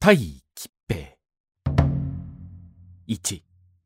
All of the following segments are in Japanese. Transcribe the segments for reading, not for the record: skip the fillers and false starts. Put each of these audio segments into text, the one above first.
対吉平。1。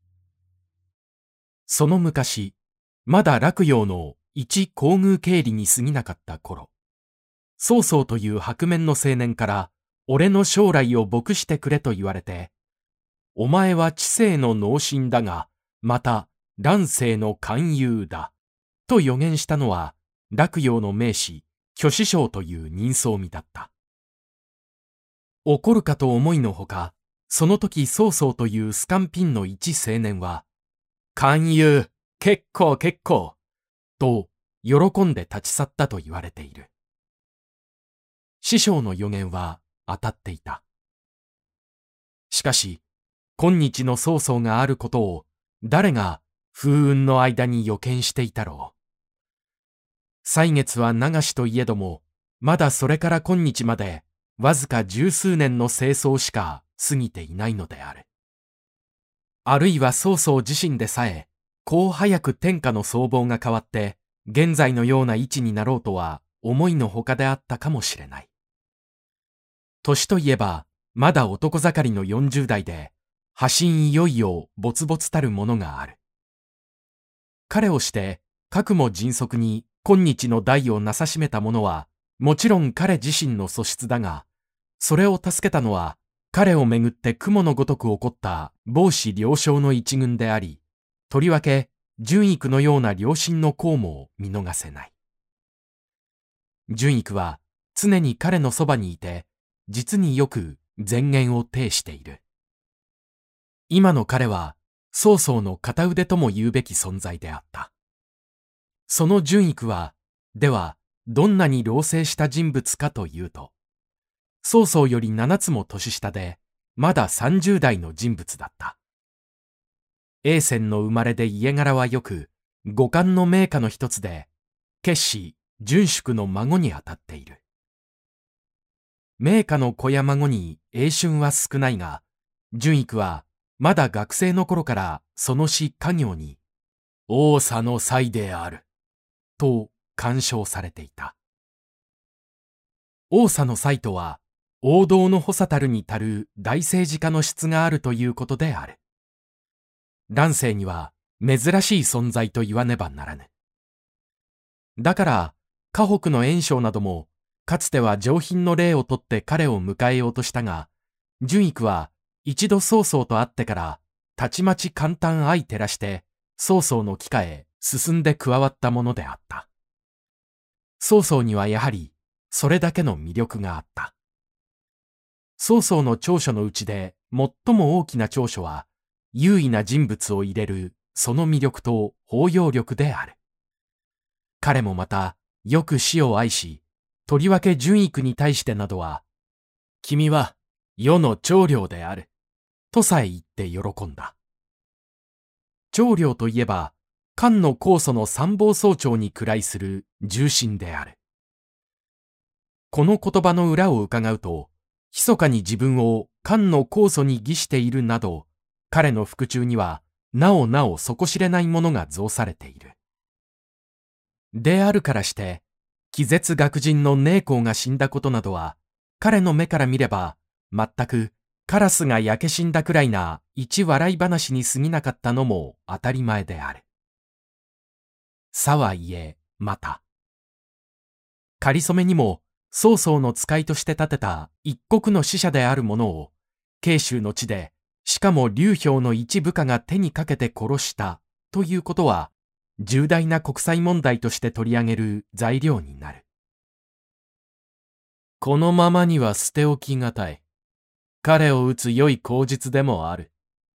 その昔、まだ洛陽の一皇宮経理に過ぎなかった頃、曹操という白面の青年から、俺の将来を牧してくれと言われて、お前は知性の脳神だが、また乱世の勧誘だ、と予言したのは、洛陽の名士、許師匠という人相見だった。怒るかと思いのほか、その時曹操というスカンピンの一青年は、勧誘、結構結構、と喜んで立ち去ったと言われている。師匠の予言は当たっていた。しかし、今日の曹操があることを誰が風雲の間に予見していたろう。歳月は流しといえども、まだそれから今日までわずか十数年の清掃しか過ぎていないのである。あるいは曹操自身でさえ、こう早く天下の相貌が変わって、現在のような位置になろうとは思いのほかであったかもしれない。年といえば、まだ男盛りの40代で、破心いよいよぼつぼつたるものがある。彼をして、かくも迅速に今日の代をなさしめた者は、もちろん彼自身の素質だが、それを助けたのは、彼をめぐって雲のごとく起こった傍士両将の一軍であり、とりわけ順育のような良心の功も見逃せない。順育は常に彼のそばにいて、実によく前言を呈している。今の彼は曹操の片腕とも言うべき存在であった。その順育は、ではどんなに老成した人物かというと、曹操より7つも年下で、まだ30代の人物だった。永泉の生まれで家柄はよく、五冠の名家の一つで、決氏順粛の孫にあたっている。名家の子や孫に英春は少ないが、順育はまだ学生の頃からその詩家業に、王佐の才である、と鑑賞されていた。王佐の才とは、王道の補佐たるに足る大政治家の質があるということである。乱世には珍しい存在と言わねばならぬ。だから、河北の袁紹なども、かつては上品の礼をとって彼を迎えようとしたが、順育は一度曹操と会ってから、たちまち簡単相照らして、曹操の帰化へ進んで加わったものであった。曹操にはやはり、それだけの魅力があった。曹操の長所のうちで最も大きな長所は、優位な人物を入れるその魅力と包容力である。彼もまたよく死を愛し、とりわけ順育に対してなどは、君は世の長領である、とさえ言って喜んだ。長領といえば、漢の高祖の参謀総長に位する重臣である。この言葉の裏を伺うと、密かに自分を漢の高祖に擬しているなど、彼の腹中にはなおなお底知れないものが増されている。であるからして、気絶学人の寧公が死んだことなどは、彼の目から見れば、全くカラスが焼け死んだくらいな一笑い話に過ぎなかったのも当たり前である。さはいえ、また。仮初めにも、曹操の使いとして立てた一国の使者である者を、慶州の地で、しかも劉氷の一部下が手にかけて殺したということは、重大な国際問題として取り上げる材料になる。このままには捨て置きがたい。彼を討つ良い口実でもある。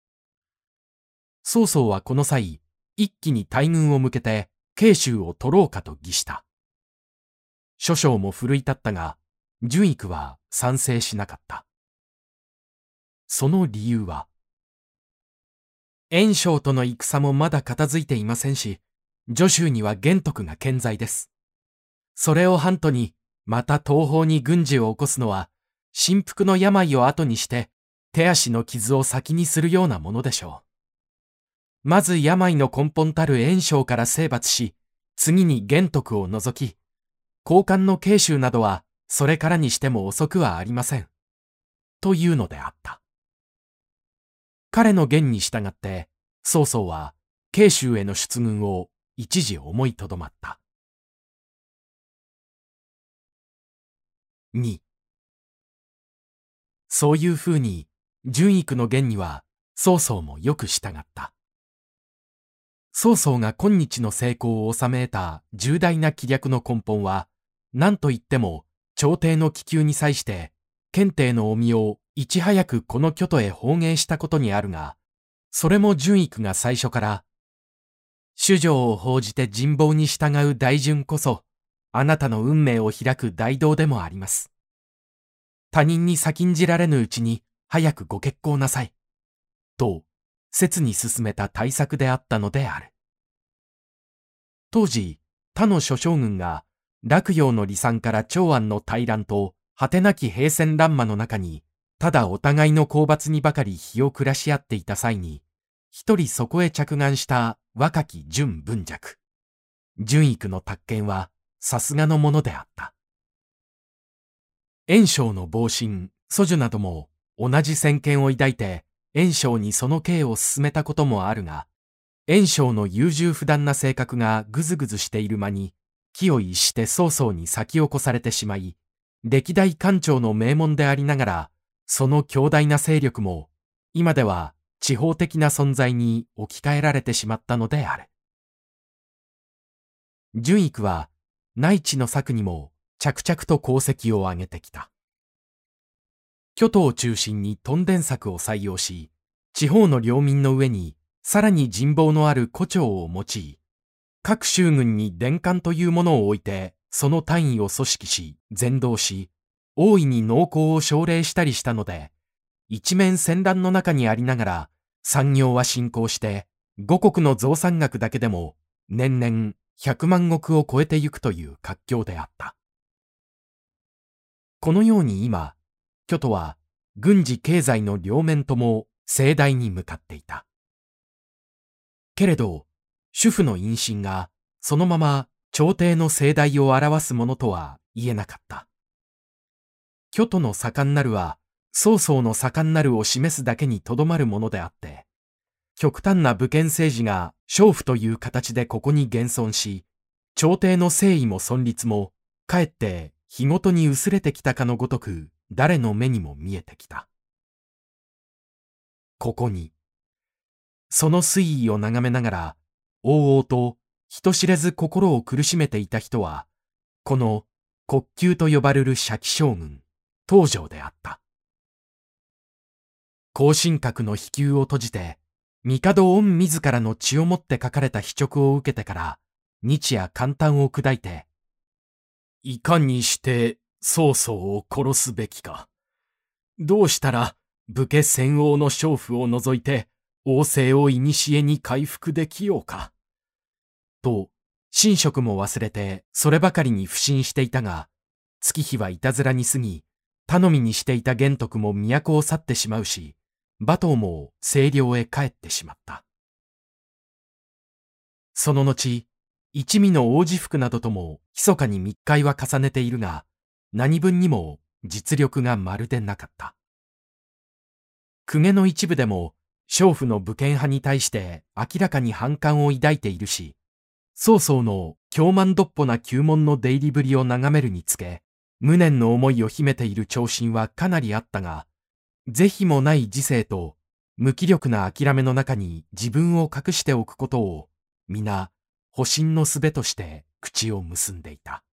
曹操はこの際、一気に大軍を向けて慶州を取ろうかと議した。諸将も奮い立ったが、順育は賛成しなかった。その理由は、袁紹との戦もまだ片付いていませんし、徐州には玄徳が健在です。それを半途に、また東方に軍事を起こすのは、心腹の病を後にして、手足の傷を先にするようなものでしょう。まず病の根本たる袁紹から征伐し、次に玄徳を除き、高官の慶州などは、それからにしても遅くはありません。 というのであった。彼の言に従って、曹操は慶州への出軍を一時思いとどまった。2、そういうふうに順育の言には曹操もよく従った。曹操が今日の成功を収めた重大な気略の根本は、何といっても朝廷の気急に際して検定の御身をいち早くこの京都へ放迎したことにあるが、それも順育が最初から主情を報じて人望に従う大順こそあなたの運命を開く大道でもあります。他人に先んじられぬうちに早くご決行なさいと切に進めた対策であったのである。当時他の諸将軍が洛陽の離散から長安の大乱と果てなき平戦乱魔の中にただお互いの討伐にばかり日を暮らし合っていた際に、一人そこへ着眼した若き準文尺。順育の達見はさすがのものであった。袁紹の謀臣、蘇樹なども同じ先見を抱いて袁紹にその計を進めたこともあるが、袁紹の優柔不断な性格がぐずぐずしている間に、機を逸して曹操に先を越されてしまい、歴代官庁の名門でありながら、その強大な勢力も、今では地方的な存在に置き換えられてしまったのである。順育は、内地の策にも着々と功績を上げてきた。京都を中心に屯田策を採用し、地方の領民の上にさらに人望のある胡蝶を用い、各州郡に伝官というものを置いて、その単位を組織し、全導し、大いに農耕を奨励したりしたので、一面戦乱の中にありながら、産業は進行して、五国の増産額だけでも、年々100万石を超えてゆくという活況であった。このように今、京都は軍事経済の両面とも盛大に向かっていた。けれど、主婦の因心がそのまま朝廷の盛大を表すものとは言えなかった。京都の盛んなるは、曹操の盛んなるを示すだけにとどまるものであって、極端な武権政治が娼婦という形でここに現存し、朝廷の誠意も存立も、かえって日ごとに薄れてきたかのごとく、誰の目にも見えてきた。ここに、その推移を眺めながら、おうおうと人知れず心を苦しめていた人は、この国級と呼ばれる社稷将軍、東條であった。後進閣の飛宮を閉じて、帝御自らの血をもって書かれた秘勅を受けてから、日夜簡単を砕いて、いかにして曹操を殺すべきか。どうしたら武家専横の娼婦を除いて、王政を古に回復できようか。と、寝食も忘れてそればかりに不信していたが、月日はいたずらに過ぎ、頼みにしていた玄徳も都を去ってしまうし、馬頭も清涼へ帰ってしまった。その後、一味の王子服などとも密かに密会は重ねているが、何分にも実力がまるでなかった。公家の一部でも、娼婦の武権派に対して明らかに反感を抱いているし、曹操の狂慢独歩な宮門の出入りぶりを眺めるにつけ、無念の思いを秘めている長身はかなりあったが、是非もない自制と無気力な諦めの中に自分を隠しておくことを、皆保身の術として口を結んでいた。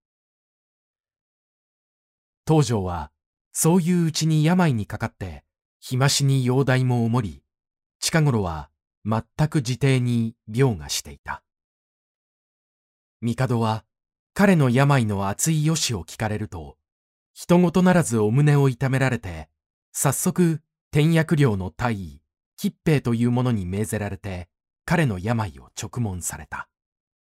東條はそういううちに病にかかって、日増しに容体も重り、近頃は全く自邸に病がしていた。帝は彼の病の熱いよしを聞かれると、人事ならずお胸を痛められて、早速典薬寮の大尉、吉兵衛というものに命ぜられて、彼の病を直問された。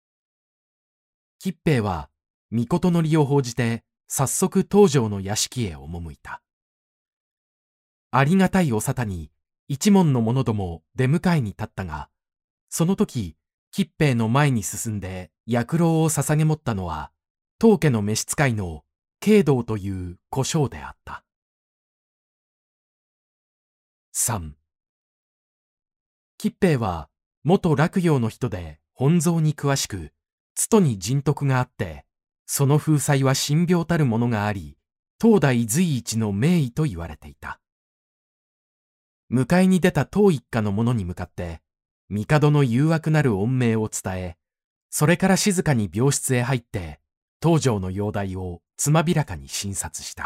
吉兵衛は命の利を報じて、早速東條の屋敷へ赴いた。ありがたいお沙汰に一門の者ども出迎えに立ったが、その時、吉兵衛の前に進んで薬蝋を捧げ持ったのは、当家の召使いの慶道という小姓であった。 3。吉兵衛は元洛陽の人で本草に詳しく、津とに人徳があって、その風采は神妙たるものがあり、当代随一の名医と言われていた。迎えに出た当一家の者に向かって、帝の誘惑なる恩命を伝え、それから静かに病室へ入って、東条の容体をつまびらかに診察した。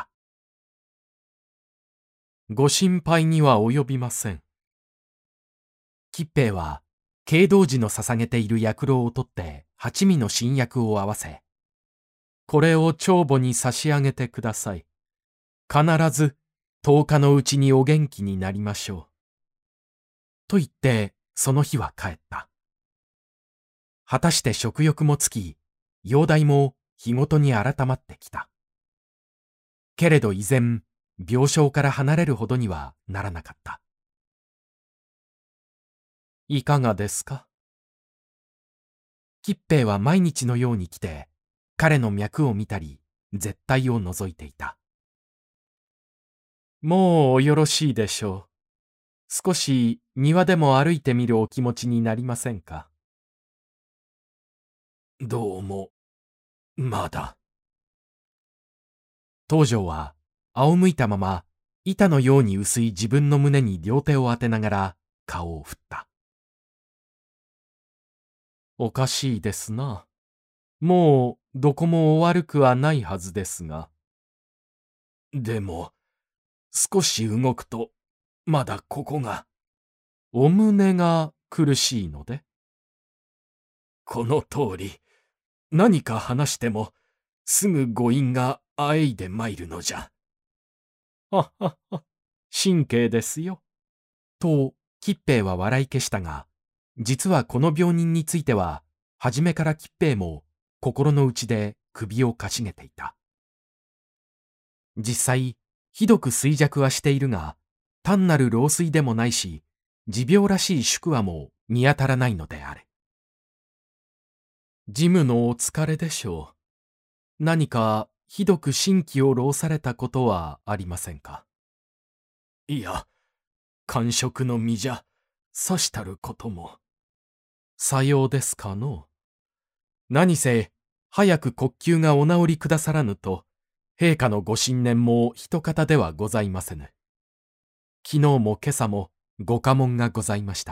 ご心配には及びません。吉兵衛は、慶道寺の捧げている薬蝋を取って八味の新薬を合わせ、これを長母に差し上げてください。必ず10日のうちにお元気になりましょう。と言って、その日は帰った。果たして食欲もつき、容体も日ごとに改まってきた。けれど依然、病床から離れるほどにはならなかった。いかがですか？吉兵衛は毎日のように来て、彼の脈を見たり、絶対を覗いていた。もうよろしいでしょう。少し庭でも歩いてみるお気持ちになりませんか？どうも、まだ。東条は仰向いたまま、板のように薄い自分の胸に両手を当てながら顔を振った。おかしいですな。もうどこもお悪くはないはずですが。でも、少し動くと、まだここが。お胸が苦しいので？この通り、何か話しても、すぐ誤飲があえいで参るのじゃ。はっはっは、神経ですよ。と、吉兵衛は笑い消したが、実はこの病人については、初めから吉兵衛も心の内で首をかしげていた。実際、ひどく衰弱はしているが、単なる老衰でもないし、持病らしい宿話も見当たらないのである。事務のお疲れでしょう。何かひどく神気を労されたことはありませんか？いや、官職の身じゃ、さしたることも。さようですかの。何せ、早く国級がお治りくださらぬと、陛下のご信念も一方ではございませぬ。昨日も今朝もご下問がございました。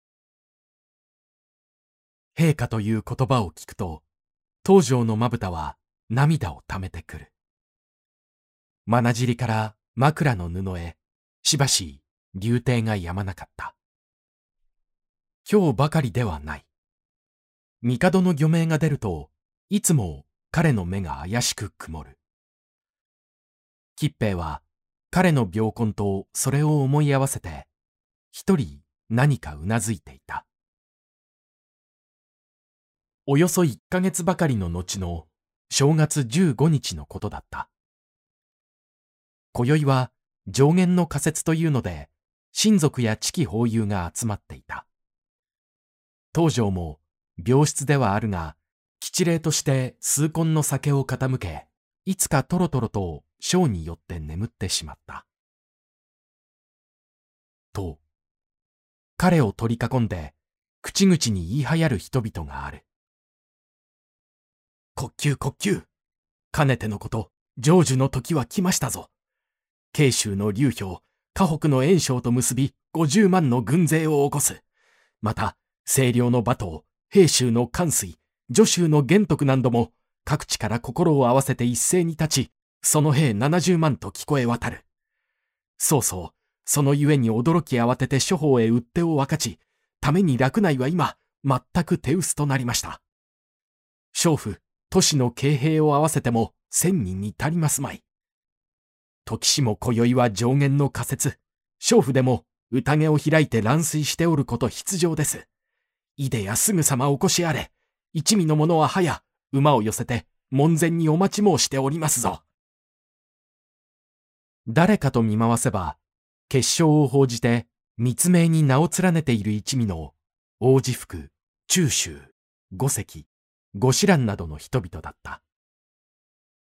陛下という言葉を聞くと、東条のまぶたは涙をためてくる。まなじりから枕の布へ、しばし流涕が止まなかった。今日ばかりではない。帝の御命が出ると、いつも彼の目が怪しく曇る。吉兵衛は彼の病根とそれを思い合わせて、一人何かうなずいていた。およそ1ヶ月ばかりの後の正月15日のことだった。今宵は上限の仮説というので、親族や知己法友が集まっていた。東条も病室ではあるが、吉例として数紺の酒を傾け、いつかとろとろと小によって眠ってしまった。と、彼を取り囲んで、口々に言いはやる人々がある。国級国級。かねてのこと、成就の時は来ましたぞ。慶州の劉氷、河北の袁紹と結び50万の軍勢を起こす。また、清涼の馬頭、平州の関水、徐州の玄徳なども、各地から心を合わせて一斉に立ち、その兵70万と聞こえ渡る。そうそう、そのゆえに驚き慌てて諸方へ打ってを分かち、ために洛内は今、全く手薄となりました。娼婦、都市の軽兵を合わせても1000人に足りますまい。時しも今宵は上限の仮説、娼婦でも宴を開いて乱酔しておること必定です。いでやすぐさまお越しあれ。一味の者は早、馬を寄せて門前にお待ち申しておりますぞ。誰かと見回せば、決勝を報じて密命に名を連ねている一味の王子服、中州、五関、五子蘭などの人々だった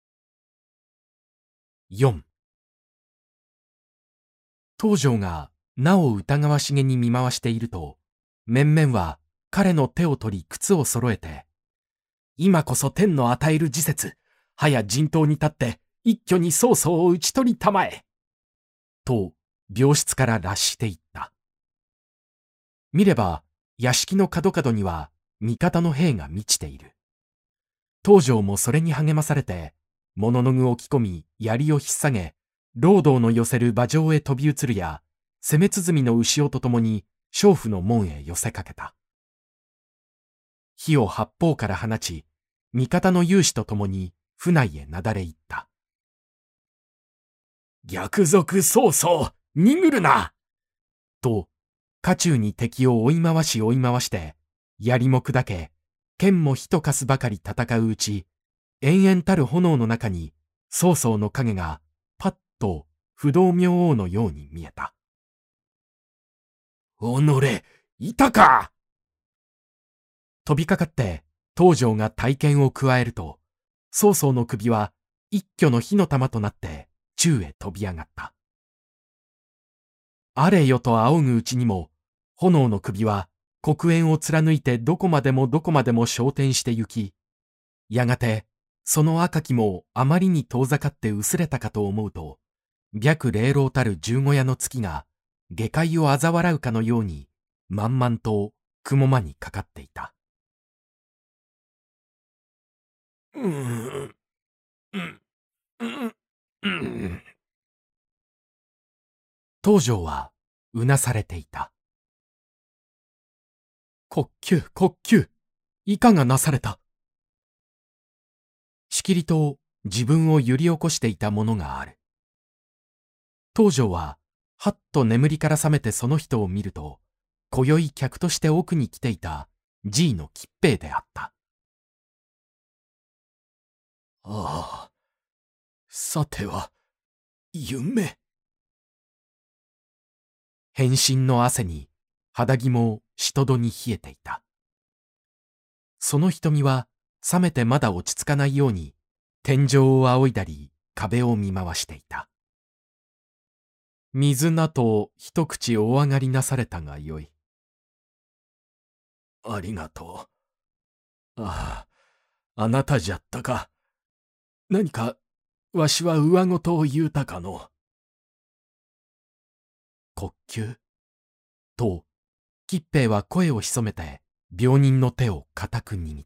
。4. 東条がなお疑わしげに見回していると、面々は彼の手を取り靴を揃えて、今こそ天の与える時節、早陣頭に立って一挙に曹操を討ち取りたまえ。と、病室から脱していった。見れば、屋敷の角々には味方の兵が満ちている。東條もそれに励まされて、物の具を着込み、槍を引っ提げ、労働の寄せる馬上へ飛び移るや、攻め鼓の牛尾とともに、娼婦の門へ寄せかけた。火を八方から放ち、味方の勇士とともに、府内へなだれ入った。逆賊曹操、逃るなと、家中に敵を追い回しして、槍も砕け、剣も火と化すばかり戦ううち、延々たる炎の中に、曹操の影が、パッと不動明王のように見えた。おのれ、いたか！飛びかかって、東條が体剣を加えると、曹操の首は一挙の火の玉となって宙へ飛び上がった。あれよと仰ぐうちにも、炎の首は黒煙を貫いてどこまでも昇天して行き、やがてその赤きもあまりに遠ざかって薄れたかと思うと、白霊老たる十五夜の月が下界を嘲笑うかのように満々と雲間にかかっていた。東條はうなされていた。滑稽、いかがなされた。しきりと自分を揺り起こしていたものがある。東條ははっと眠りから覚めてその人を見ると、今宵客として奥に来ていた G の吉兵衛であった。ああ、さては、夢。変身の汗に肌着もしとどに冷えていた。その瞳は覚めてまだ落ち着かないように天井を仰いだり壁を見回していた。水なと一口お上がりなされたがよい。ありがとう。ああ、あなたじゃったか。何かわしは上ごとを言うたかの。滑稽と、吉兵衛は声を潜めて病人の手を固く握った。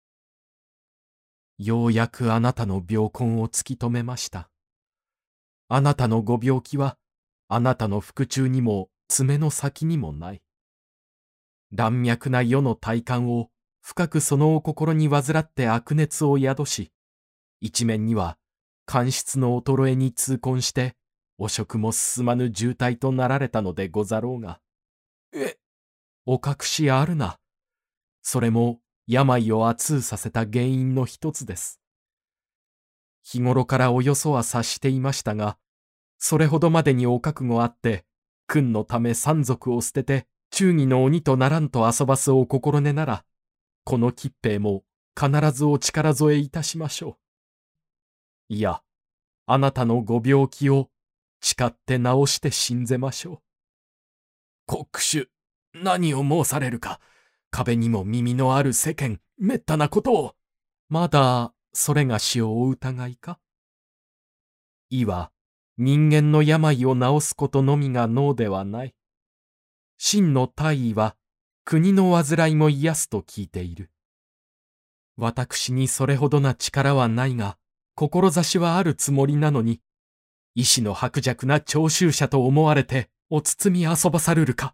ようやくあなたの病根を突き止めました。あなたのご病気は、あなたの腹中にも爪の先にもない。乱脈な世の体感を深くそのお心に患って悪熱を宿し、一面には間質の衰えに痛恨して、お食も進まぬ重体となられたのでござろうが。お隠しあるな。それも病を熱うさせた原因の一つです。日頃からおよそは察していましたが、それほどまでにお覚悟あって、君のため三族を捨てて、忠義の鬼とならんと遊ばすお心根なら、この吉兵衛も必ずお力添えいたしましょう。いや、あなたのご病気を誓って治して信ぜましょう。国主、何を申されるか。壁にも耳のある世間、めったなことを。まだ、それがしをお疑いか。いわ、人間の病を治すことのみが能ではない。真の大医は、国の患いも癒すと聞いている。私にそれほどな力はないが、志はあるつもりなのに、医師の薄弱な徴収者と思われて、お包み遊ばさるるか。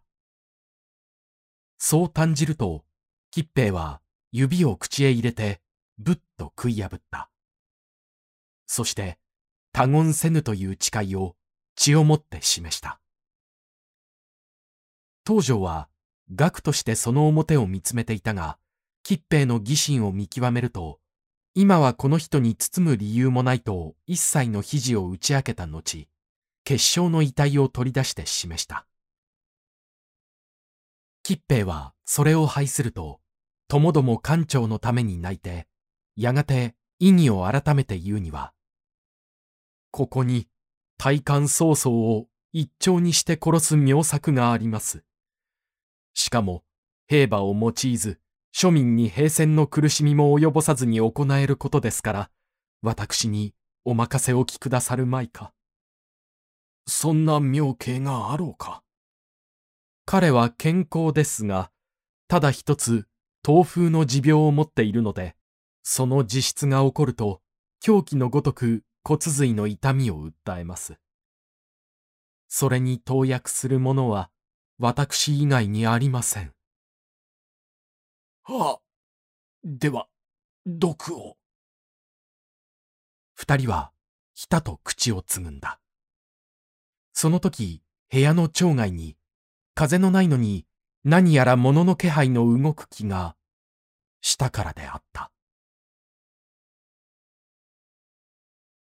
そう感じると、吉兵衛は指を口へ入れて、ぶっと食い破った。そして、他言せぬという誓いを血をもって示した。東條は、学としてその表を見つめていたが、吉兵衛の疑心を見極めると、今はこの人に包む理由もないと一切の肘を打ち明けた後、結晶の遺体を取り出して示した。吉兵衛はそれを拝すると、ともども官庁のために泣いて、やがて意義を改めて言うには、ここに大官曹操を一丁にして殺す妙策があります。しかも、兵馬を用いず、庶民に平戦の苦しみも及ぼさずに行えることですから、私にお任せおきくださるまいか。 そんな妙計があろうか。 彼は健康ですが、ただ一つ、東風の持病を持っているので、その自失が起こると、狂気のごとく骨髄の痛みを訴えます。それに投薬するものは、私以外にありません。 はあ、では、毒を。 二人は、ひたと口をつぐんだ。その時、部屋の町外に、風のないのに何やら物の気配の動く気がしたからであった。